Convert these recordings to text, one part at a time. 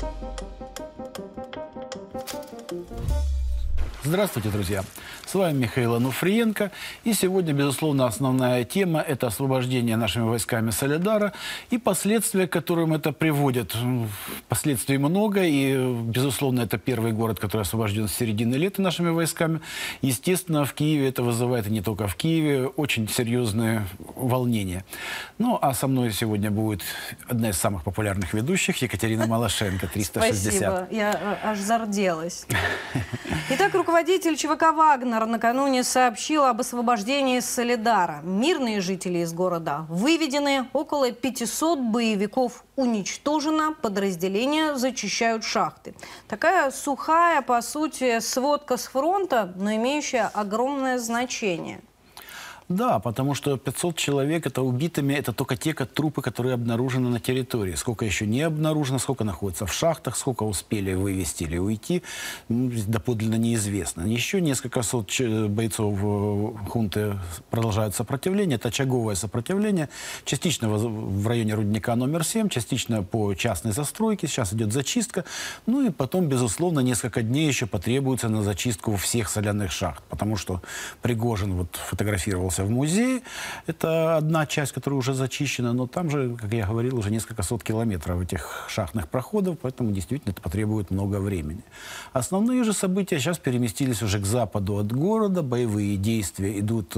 Здравствуйте, друзья! С вами Михаил Ануфриенко. И сегодня, безусловно, основная тема – это освобождение нашими войсками Солидара и последствия, к которым это приводит. Последствий много, и, безусловно, это первый город, который освобожден с середины лета нашими войсками. Естественно, в Киеве это вызывает, и не только в Киеве, очень серьезные волнения. Ну, а со мной сегодня будет одна из самых популярных ведущих, Екатерина Малашенко, 360. Спасибо, я аж зарделась. Итак, руководитель ЧВК «Вагнер» накануне сообщил об освобождении Солидара. Мирные жители из города выведены, около 500 боевиков уничтожено, подразделения зачищают шахты. Такая сухая, по сути, сводка с фронта, но имеющая огромное значение. Да, потому что 500 человек это убитыми, это только те трупы, которые обнаружены на территории. Сколько еще не обнаружено, сколько находится в шахтах, сколько успели вывести или уйти, доподлинно неизвестно. Еще несколько сот бойцов хунты продолжают сопротивление. Это очаговое сопротивление, частично в районе рудника номер 7, частично по частной застройке. Сейчас идет зачистка. Ну и потом, безусловно, несколько дней еще потребуется на зачистку всех соляных шахт, потому что Пригожин вот фотографировался в музее. Это одна часть, которая уже зачищена, но там же, как я говорил, уже несколько сот километров этих шахтных проходов, поэтому действительно это потребует много времени. Основные же события сейчас переместились уже к западу от города. Боевые действия идут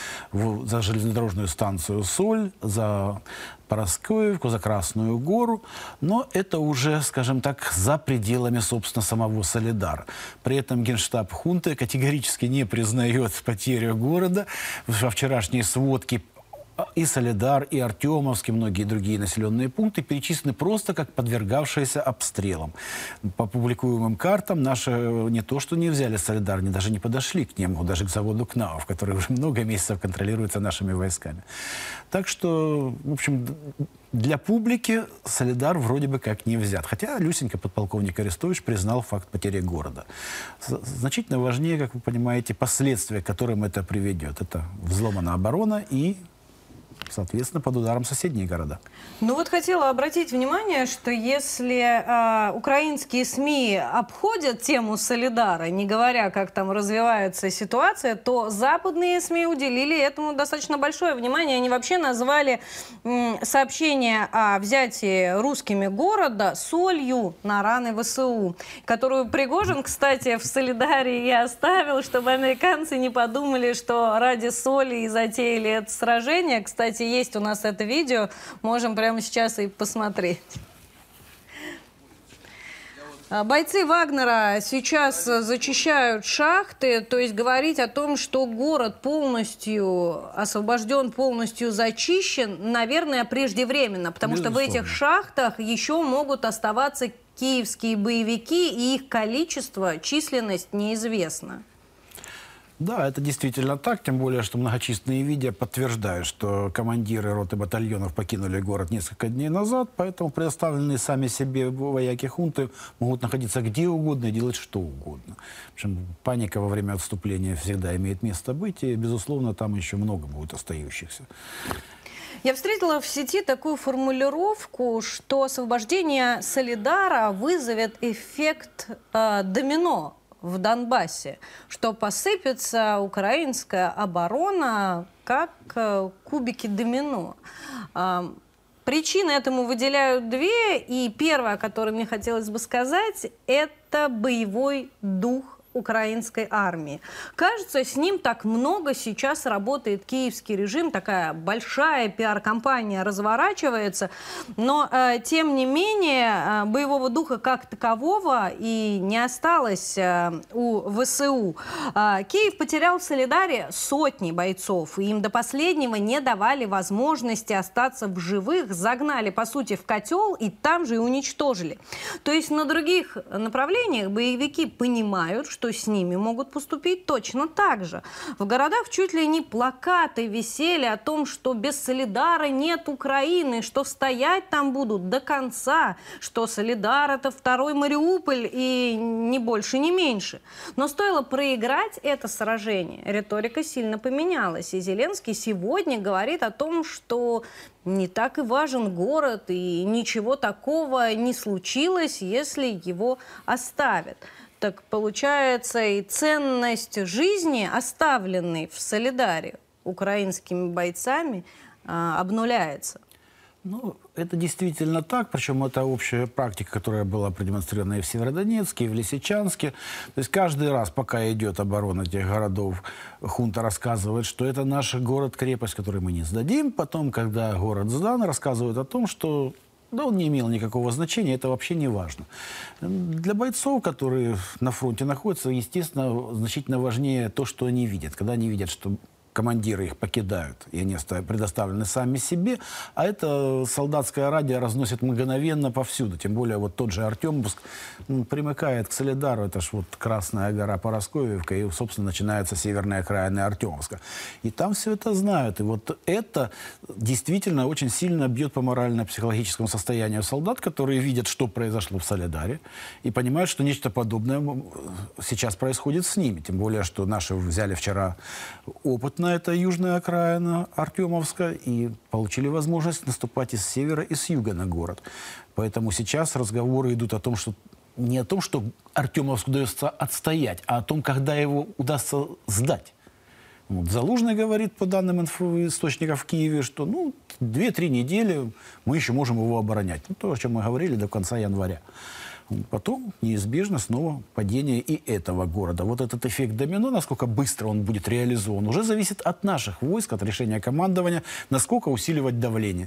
за железнодорожную станцию Соль, за Пороскоевку, за Красную гору, но это уже, скажем так, за пределами, собственно, самого Солидара. При этом Генштаб хунты категорически не признает потерю города. Во вчерашней сводке и Солидар, и Артемовский, многие другие населенные пункты перечислены просто как подвергавшиеся обстрелам. По публикуемым картам наши не то что не взяли Солидар, они даже не подошли к нему, даже к заводу КНАУ, который уже много месяцев контролируется нашими войсками. Так что, в общем, для публики Солидар вроде бы как не взят. Хотя Люсенька, подполковник Арестович, признал факт потери города. Значительно важнее, как вы понимаете, последствия, к которым это приведет. Это взломана оборона и, соответственно, под ударом соседние города. Ну вот хотела обратить внимание, что если украинские СМИ обходят тему Солидара, не говоря, как там развивается ситуация, то западные СМИ уделили этому достаточно большое внимание. Они вообще назвали сообщение о взятии русскими города солью на раны ВСУ, которую Пригожин, кстати, в Солидаре и оставил, чтобы американцы не подумали, что ради соли и затеяли это сражение. Кстати, есть у нас это видео, можем прямо сейчас и посмотреть. Бойцы Вагнера сейчас зачищают шахты, то есть говорить о том, что город полностью освобожден, полностью зачищен, наверное, преждевременно, потому что в этих шахтах еще могут оставаться киевские боевики, и их количество, численность неизвестна. Да, это действительно так, тем более, что многочисленные видео подтверждают, что командиры роты батальонов покинули город несколько дней назад, поэтому предоставленные сами себе вояки хунты могут находиться где угодно и делать что угодно. В общем, паника во время отступления всегда имеет место быть, и, безусловно, там еще много будет остающихся. Я встретила в сети такую формулировку, что освобождение Солидара вызовет эффект домино в Донбассе, что посыпется украинская оборона как кубики домино. Причины этому выделяют две, и первая, о которой мне хотелось бы сказать, это боевой дух украинской армии. Кажется, с ним так много сейчас работает киевский режим, такая большая пиар-компания разворачивается, но тем не менее боевого духа как такового и не осталось у ВСУ. Киев потерял в Солидаре сотни бойцов, и им до последнего не давали возможности остаться в живых, загнали, по сути, в котел и там же и уничтожили. То есть на других направлениях боевики понимают, что что с ними могут поступить точно так же. В городах чуть ли не плакаты висели о том, что без Солидара нет Украины, что стоять там будут до конца, что Солидар — это второй Мариуполь и ни больше, ни меньше. Но стоило проиграть это сражение, риторика сильно поменялась, и Зеленский сегодня говорит о том, что не так и важен город, и ничего такого не случилось, если его оставят. Так получается, и ценность жизни, оставленной в Солидаре украинскими бойцами, обнуляется. Ну, это действительно так, причем это общая практика, которая была продемонстрирована и в Северодонецке, и в Лисичанске. То есть каждый раз, пока идет оборона этих городов, хунта рассказывает, что это наш город-крепость, который мы не сдадим. Потом, когда город сдан, рассказывают о том, что да, он не имел никакого значения, это вообще не важно. Для бойцов, которые на фронте находятся, естественно, значительно важнее то, что они видят. Когда они видят, что командиры их покидают, и они предоставлены сами себе, а это солдатское радио разносит мгновенно повсюду. Тем более вот тот же Артемовск примыкает к Солидару, это ж вот Красная гора Парасковьевка, и, собственно, начинается северная окраина Артемовска. И там все это знают. И вот это действительно очень сильно бьет по морально-психологическому состоянию солдат, которые видят, что произошло в Солидаре, и понимают, что нечто подобное сейчас происходит с ними. Тем более, что наши взяли вчера опыт на это южная окраина Артемовска и получили возможность наступать из севера и с юга на город. Поэтому сейчас разговоры идут о том, что не о том, что Артемовск удается отстоять, а о том, когда его удастся сдать. Вот. Залужный говорит, по данным источников в Киеве, что 2-3 недели мы еще можем его оборонять. То, о чем мы говорили, до конца января. Потом неизбежно снова падение и этого города. Вот этот эффект домино, насколько быстро он будет реализован, уже зависит от наших войск, от решения командования, насколько усиливать давление.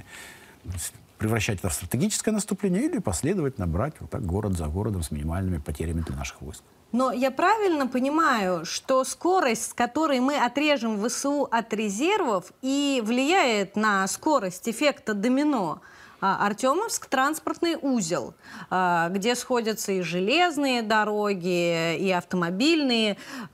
Превращать это в стратегическое наступление или последовательно брать вот так город за городом с минимальными потерями для наших войск. Но я правильно понимаю, что скорость, с которой мы отрежем ВСУ от резервов, и влияет на скорость эффекта домино? Артемовск — транспортный узел, где сходятся и железные дороги, и автомобильные.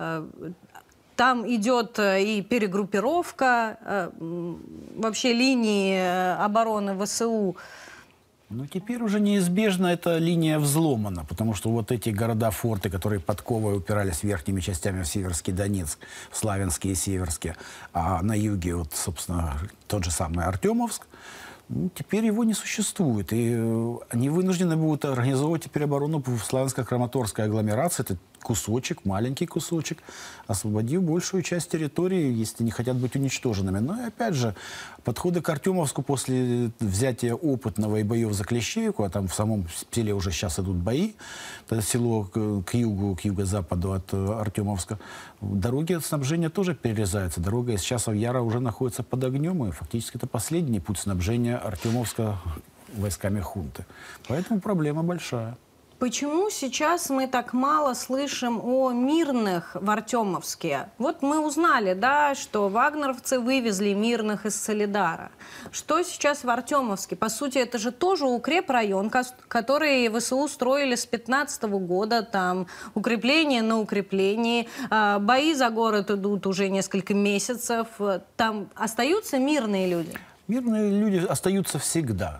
Там идет и перегруппировка вообще линии обороны ВСУ. Но теперь уже неизбежно эта линия взломана, потому что вот эти города-форты, которые подковой упирались верхними частями в Северский Донецк, в Славянске и Северске, а на юге, вот, собственно, тот же самый Артемовск, теперь его не существует. И они вынуждены будут организовывать теперь оборону в славянско-краматорской агломерации. Это кусочек, маленький кусочек, освободив большую часть территории, если не хотят быть уничтоженными. Но и опять же, подходы к Артемовску после взятия опытного и боев за Клещеевку, а там в самом селе уже сейчас идут бои, это село к югу, к юго-западу от Артемовска, дороги снабжения тоже перерезаются. Дорога из Часов Яра уже находится под огнем, и фактически это последний путь снабжения Артемовска войсками хунты. Поэтому проблема большая. Почему сейчас мы так мало слышим о мирных в Артемовске? Вот мы узнали, да, что вагнеровцы вывезли мирных из Солидара. Что сейчас в Артемовске? По сути, это же тоже укрепрайон, который ВСУ строили с 2015 года. Там укрепление на укреплении. Бои за город идут уже несколько месяцев. Там остаются мирные люди? Мирные люди остаются всегда.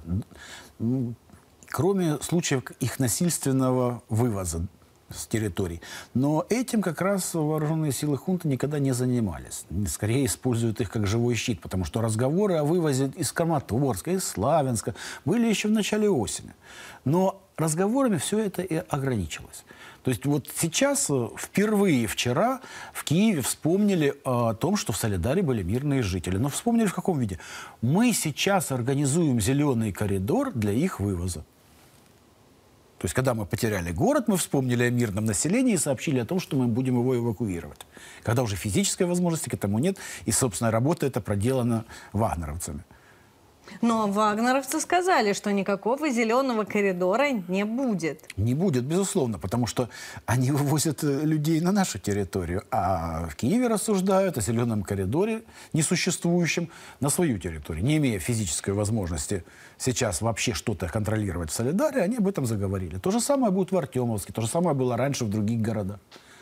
Кроме случаев их насильственного вывоза с территорий. Но этим как раз вооруженные силы хунты никогда не занимались. Скорее используют их как живой щит, потому что разговоры о вывозе из Краматорска, из Славянска были еще в начале осени. Но разговорами все это и ограничилось. То есть вот сейчас, впервые вчера в Киеве вспомнили о том, что в Солидаре были мирные жители. Но вспомнили в каком виде? Мы сейчас организуем зеленый коридор для их вывоза. То есть, когда мы потеряли город, мы вспомнили о мирном населении и сообщили о том, что мы будем его эвакуировать. Когда уже физической возможности к этому нет, и, собственно, работа эта проделана вагнеровцами. Но вагнеровцы сказали, что никакого зеленого коридора не будет. Не будет, безусловно, потому что они вывозят людей на нашу территорию, а в Киеве рассуждают о зеленом коридоре, несуществующем, на свою территорию. Не имея физической возможности сейчас вообще что-то контролировать в Солидаре, они об этом заговорили. То же самое будет в Артемовске, то же самое было раньше в других городах.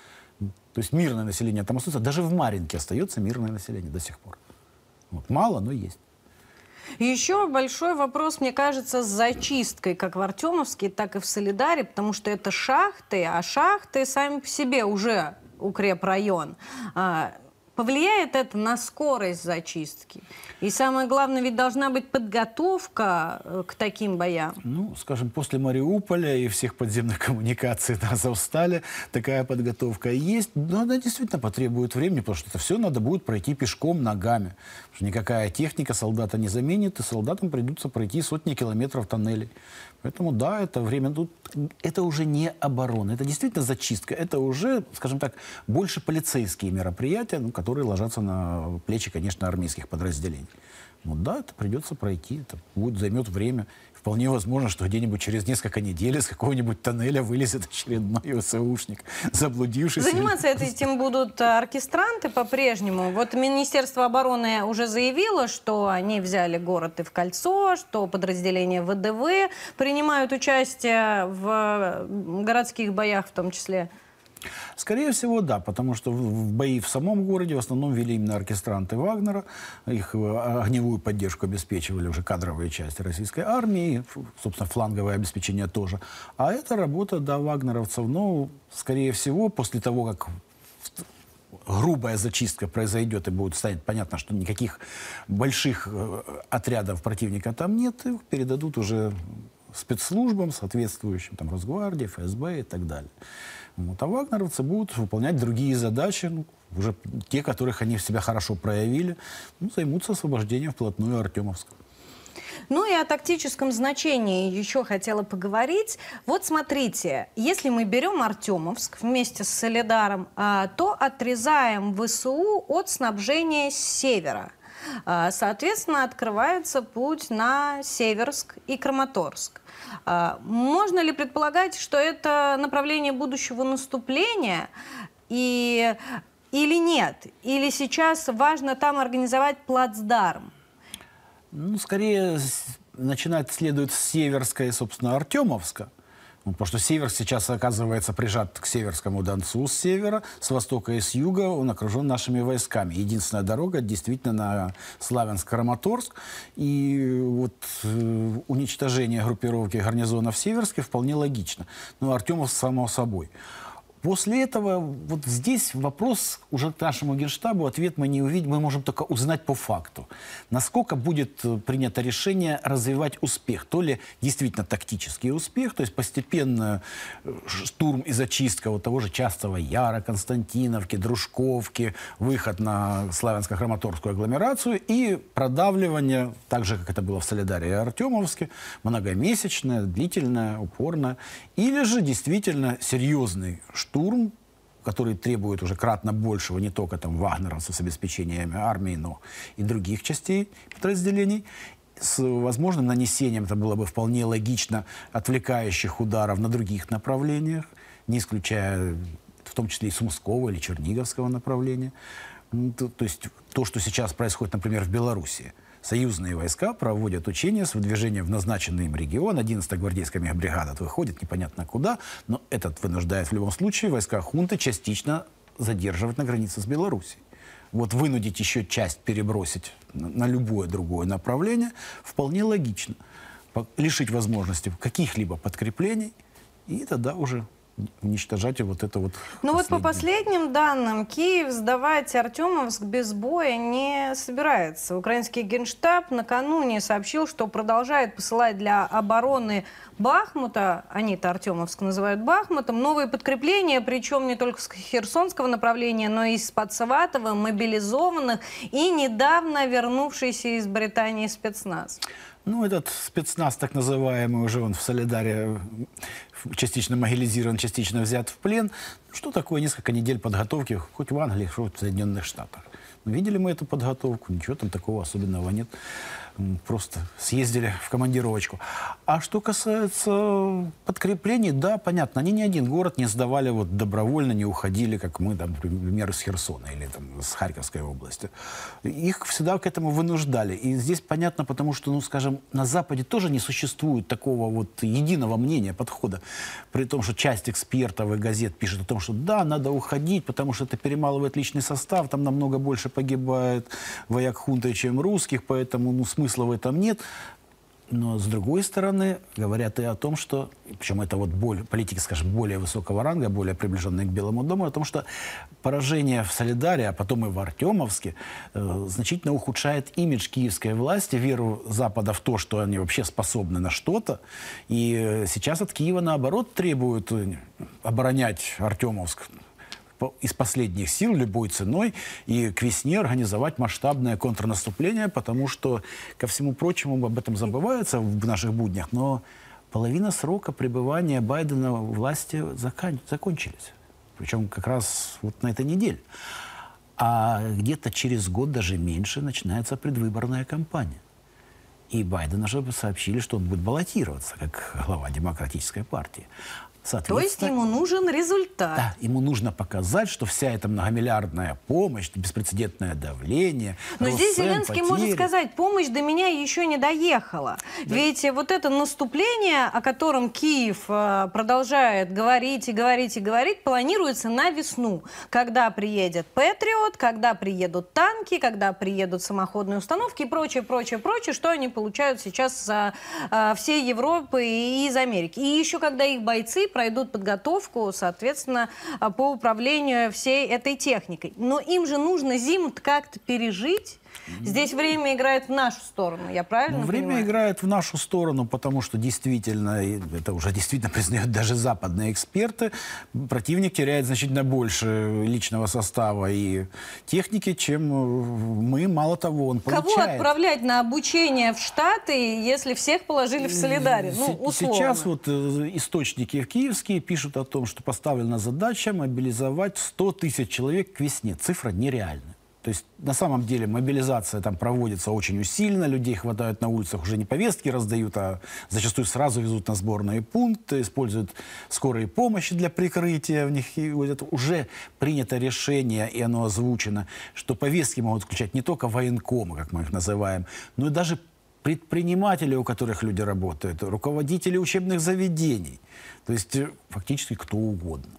То есть мирное население там остается. Даже в Марьинке остается мирное население до сих пор. Вот. Мало, но есть. Еще большой вопрос, мне кажется, с зачисткой как в Артемовске, так и в Солидаре, потому что это шахты, а шахты сами по себе уже укрепрайон. Повлияет это на скорость зачистки? И самое главное, ведь должна быть подготовка к таким боям. Ну, скажем, после Мариуполя и всех подземных коммуникаций на Азовстале такая подготовка есть. Но она действительно потребует времени, потому что это все надо будет пройти пешком, ногами. Потому что никакая техника солдата не заменит, и солдатам придется пройти сотни километров тоннелей. Поэтому, да, это время тут, это уже не оборона, это действительно зачистка. Это уже, скажем так, больше полицейские мероприятия, ну, которые ложатся на плечи, конечно, армейских подразделений. Ну да, это придется пройти, это займет время. Вполне возможно, что где-нибудь через несколько недель из какого-нибудь тоннеля вылезет очередной ВСУшник, заблудившийся. Заниматься этим будут оркестранты по-прежнему. Вот Министерство обороны уже заявило, что они взяли город и в кольцо, что подразделения ВДВ принимают участие в городских боях в том числе. Скорее всего, да, потому что в бои в самом городе в основном вели именно оркестранты Вагнера. Их огневую поддержку обеспечивали уже кадровые части российской армии, собственно, фланговое обеспечение тоже. А это работа, да, вагнеровцев. Но, скорее всего, после того, как грубая зачистка произойдет и станет понятно, что никаких больших отрядов противника там нет, их передадут уже спецслужбам, соответствующим, там, Росгвардии, ФСБ и так далее. Вот. А вагнеровцы будут выполнять другие задачи, ну, уже те, которых они в себя хорошо проявили, ну, займутся освобождением вплотную Артемовска. Ну и о тактическом значении еще хотела поговорить. Вот смотрите, если мы берем Артемовск вместе с Солидаром, то отрезаем ВСУ от снабжения с севера. Соответственно, открывается путь на Северск и Краматорск. Можно ли предполагать, что это направление будущего наступления или нет? Или сейчас важно там организовать плацдарм? Ну, скорее, начинать следует с Северска и, собственно, Артемовска. Ну, потому что Северск сейчас оказывается прижат к Северскому Донцу с севера, с востока и с юга он окружен нашими войсками. Единственная дорога действительно на Славянск-Краматорск. И вот уничтожение группировки гарнизона в Северске вполне логично. Но Артемовск само собой. После этого вот здесь вопрос уже к нашему Генштабу, ответ мы не увидим, мы можем только узнать по факту. Насколько будет принято решение развивать успех, то ли действительно тактический успех, то есть постепенно штурм и зачистка вот того же Частого Яра, Константиновки, Дружковки, выход на Славянско-Краматорскую агломерацию и продавливание, так же, как это было в Солидаре и Артемовске, многомесячное, длительное, упорное, или же действительно серьезный штурм, который требует уже кратно большего не только там вагнеровцев с обеспечением армии, но и других частей подразделений, с возможным нанесением, это было бы вполне логично, отвлекающих ударов на других направлениях, не исключая в том числе и Сумского или Черниговского направления. То есть то, что сейчас происходит, например, в Белоруссии. Союзные войска проводят учения с выдвижением в назначенный им регион. 11-я гвардейская мехбригада выходит непонятно куда, но этот вынуждает в любом случае войска хунты частично задерживать на границе с Белоруссией. Вот вынудить еще часть перебросить на любое другое направление вполне логично. Лишить возможности каких-либо подкреплений и тогда уже уничтожать вот это вот. Ну вот по последним данным, Киев сдавать Артемовск без боя не собирается. Украинский Генштаб накануне сообщил, что продолжает посылать для обороны Бахмута, они-то Артемовск называют Бахмутом, новые подкрепления, причем не только с Херсонского направления, но и из-под Саватова, мобилизованных и недавно вернувшийся из Британии спецназ. Ну, этот спецназ, так называемый, уже он в Солидаре частично могилизирован, частично взят в плен. Что такое несколько недель подготовки, хоть в Англии, хоть в Соединенных Штатах? Видели мы эту подготовку, ничего там такого особенного нет. просто съездили в командировочку. А что касается подкреплений, да, понятно, они ни один город не сдавали вот добровольно, не уходили, как мы, там, например, из Херсона или там, с Харьковской области. Их всегда к этому вынуждали. И здесь понятно, потому что, ну, скажем, на Западе тоже не существует такого вот единого мнения, подхода. При том, что часть экспертов и газет пишет о том, что да, надо уходить, потому что это перемалывает личный состав, там намного больше погибает вояк хунты, чем русских, поэтому, ну, смысла в этом нет. Но, с другой стороны, говорят и о том, что, причем это вот политики, скажем, более высокого ранга, более приближенные к Белому дому, о том, что поражение в Солидаре, а потом и в Артемовске, значительно ухудшает имидж киевской власти, веру Запада в то, что они вообще способны на что-то. И сейчас от Киева, наоборот, требуют оборонять Артемовск из последних сил, любой ценой, и к весне организовать масштабное контрнаступление, потому что, ко всему прочему, об этом забывается в наших буднях, но половина срока пребывания Байдена у власти закончились. Причем как раз вот на этой неделе. А где-то через год, даже меньше, начинается предвыборная кампания. И Байден уже сообщили, что он будет баллотироваться как глава Демократической партии. То есть ему нужен результат. Да, ему нужно показать, что вся эта многомиллиардная помощь, беспрецедентное давление, но здесь Зеленский потери. может сказать, помощь до меня еще не доехала. Да. Ведь вот это наступление, о котором Киев продолжает говорить и говорить и говорить, планируется на весну. Когда приедет Патриот, когда приедут танки, когда приедут самоходные установки и прочее, прочее, прочее, что они получают сейчас со всей Европы и из Америки. И еще когда их бойцы пройдут подготовку, соответственно, по управлению всей этой техникой. Но им же нужно зиму как-то пережить. Здесь время играет в нашу сторону, я правильно понимаю? Время играет в нашу сторону, потому что действительно, это уже действительно признают даже западные эксперты, противник теряет значительно больше личного состава и техники, чем мы. Мало того, он получает... Кого отправлять на обучение в Штаты, если всех положили в Солидаре? Ну, условно. Сейчас вот источники киевские пишут о том, что поставлена задача мобилизовать 100 тысяч человек к весне. Цифра нереальная. То есть на самом деле мобилизация там проводится очень усиленно, людей хватают на улицах, уже не повестки раздают, а зачастую сразу везут на сборные пункты, используют скорые помощи для прикрытия в них. И вот это уже принято решение, и оно озвучено, что повестки могут включать не только военкомы, как мы их называем, но и даже предприниматели, у которых люди работают, руководители учебных заведений. То есть фактически кто угодно.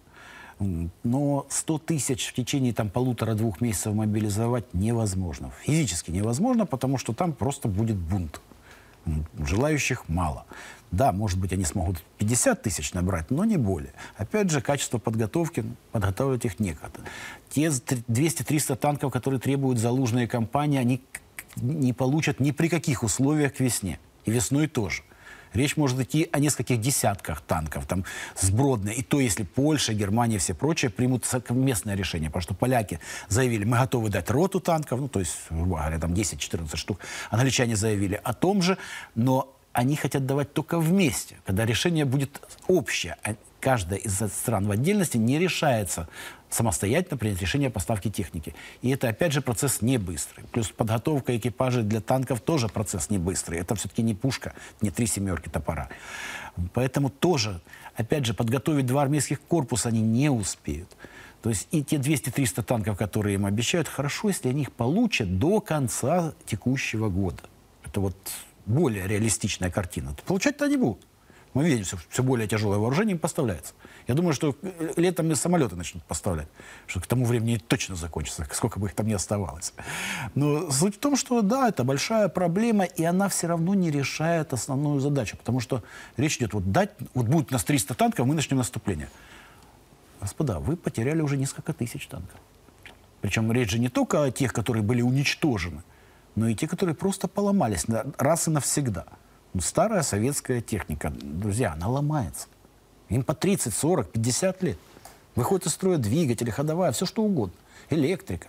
Но 100 тысяч в течение там 1,5-2 месяцев мобилизовать невозможно. Физически невозможно, потому что там просто будет бунт. Желающих мало. Да, может быть, они смогут 50 тысяч набрать, но не более. Опять же, качество подготовки, подготовить их некогда. Те 200-300 танков, которые требуют залужные кампании, они не получат ни при каких условиях к весне. И весной тоже. Речь может идти о нескольких десятках танков, там, сбродные. И то, если Польша, Германия и все прочие примут совместное решение. Потому что поляки заявили, мы готовы дать роту танков, ну, то есть, грубо говоря, там 10-14 штук. Англичане заявили о том же, но они хотят давать только вместе, когда решение будет общее. Каждая из стран в отдельности не решается самостоятельно принять решение о поставке техники. И это, опять же, процесс не быстрый. Плюс подготовка экипажей для танков тоже процесс не быстрый. Это все-таки не пушка, не 3 семерки топора. Поэтому тоже, опять же, подготовить 2 армейских корпуса они не успеют. То есть и те 200-300 танков, которые им обещают, хорошо, если они их получат до конца текущего года. Это вот более реалистичная картина. Получать-то они будут. Мы видим, все более тяжелое вооружение им поставляется. Я думаю, что летом и самолеты начнут поставлять, что к тому времени точно закончится, сколько бы их там ни оставалось. Но суть в том, что да, это большая проблема, и она все равно не решает основную задачу, потому что речь идет, вот будет у нас 300 танков, мы начнем наступление. Господа, вы потеряли уже несколько тысяч танков. Причем речь же не только о тех, которые были уничтожены, но и те, которые просто поломались раз и навсегда. Старая советская техника, друзья, она ломается. Им по 30, 40, 50 лет. Выходит из строя двигатели, ходовая, все что угодно. Электрика.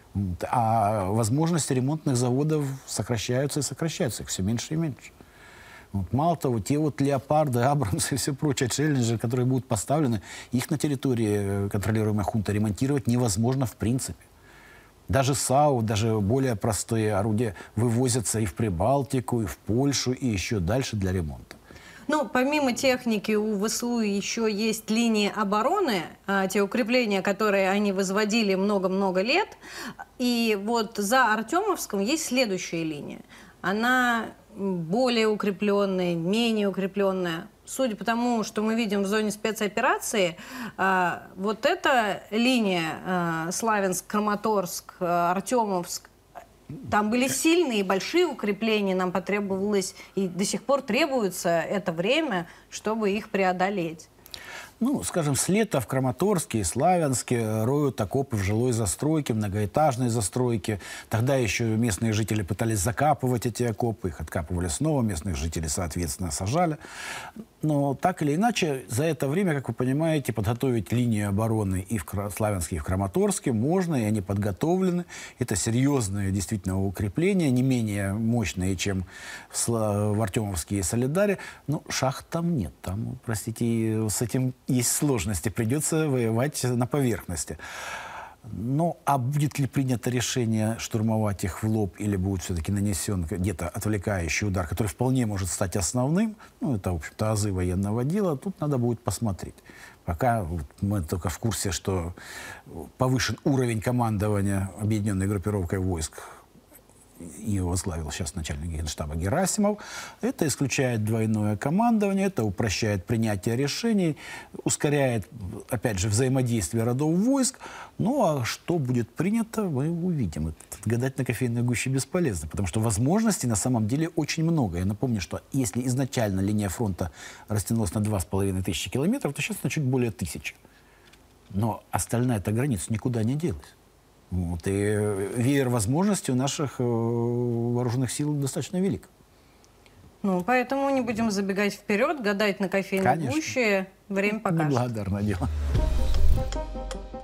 А возможности ремонтных заводов сокращаются и сокращаются. Их все меньше и меньше. Мало того, те вот леопарды, абрамсы и все прочее, челленджеры, которые будут поставлены, их на территории контролируемой хунты ремонтировать невозможно в принципе. Даже САУ, даже более простые орудия вывозятся и в Прибалтику, и в Польшу, и еще дальше для ремонта. Ну, помимо техники у ВСУ еще есть линии обороны, те укрепления, которые они возводили много-много лет. И вот за Артемовском есть следующая линия. Она более укрепленная, менее укрепленная. Судя по тому, что мы видим в зоне спецоперации, вот эта линия Славянск, Краматорск, Артемовск, там были сильные и большие укрепления, нам потребовалось и до сих пор требуется это время, чтобы их преодолеть. Ну, скажем, с лета в Краматорске и Славянске роют окопы в жилой застройке, многоэтажной застройке. Тогда еще местные жители пытались закапывать эти окопы, их откапывали снова, местных жителей, соответственно, сажали. Но так или иначе, за это время, как вы понимаете, подготовить линию обороны и в Славянске, и в Краматорске можно, и они подготовлены. Это серьезные действительно укрепления, не менее мощные, чем в Артемовске и Солидаре. Но шахт там нет. Там, простите, с этим есть сложности. Придется воевать на поверхности. Ну, а будет ли принято решение штурмовать их в лоб или будет все-таки нанесен где-то отвлекающий удар, который вполне может стать основным, ну, это, в общем-то, азы военного дела, тут надо будет посмотреть. Пока вот мы только в курсе, что повышен уровень командования объединенной группировкой войск, ее возглавил сейчас начальник Генштаба Герасимов. Это исключает двойное командование, это упрощает принятие решений, ускоряет, опять же, взаимодействие родов войск. Ну, а что будет принято, мы увидим. Гадать на кофейной гуще бесполезно, потому что возможностей на самом деле очень много. Я напомню, что если изначально линия фронта растянулась на 2500 километров, то сейчас на чуть более 1000. Но остальная-то граница никуда не делась. Вот, и веер возможностей у наших вооруженных сил достаточно велик. Ну, поэтому не будем забегать вперед, гадать на кофейной гуще. Время покажет. Неблагодарное дело.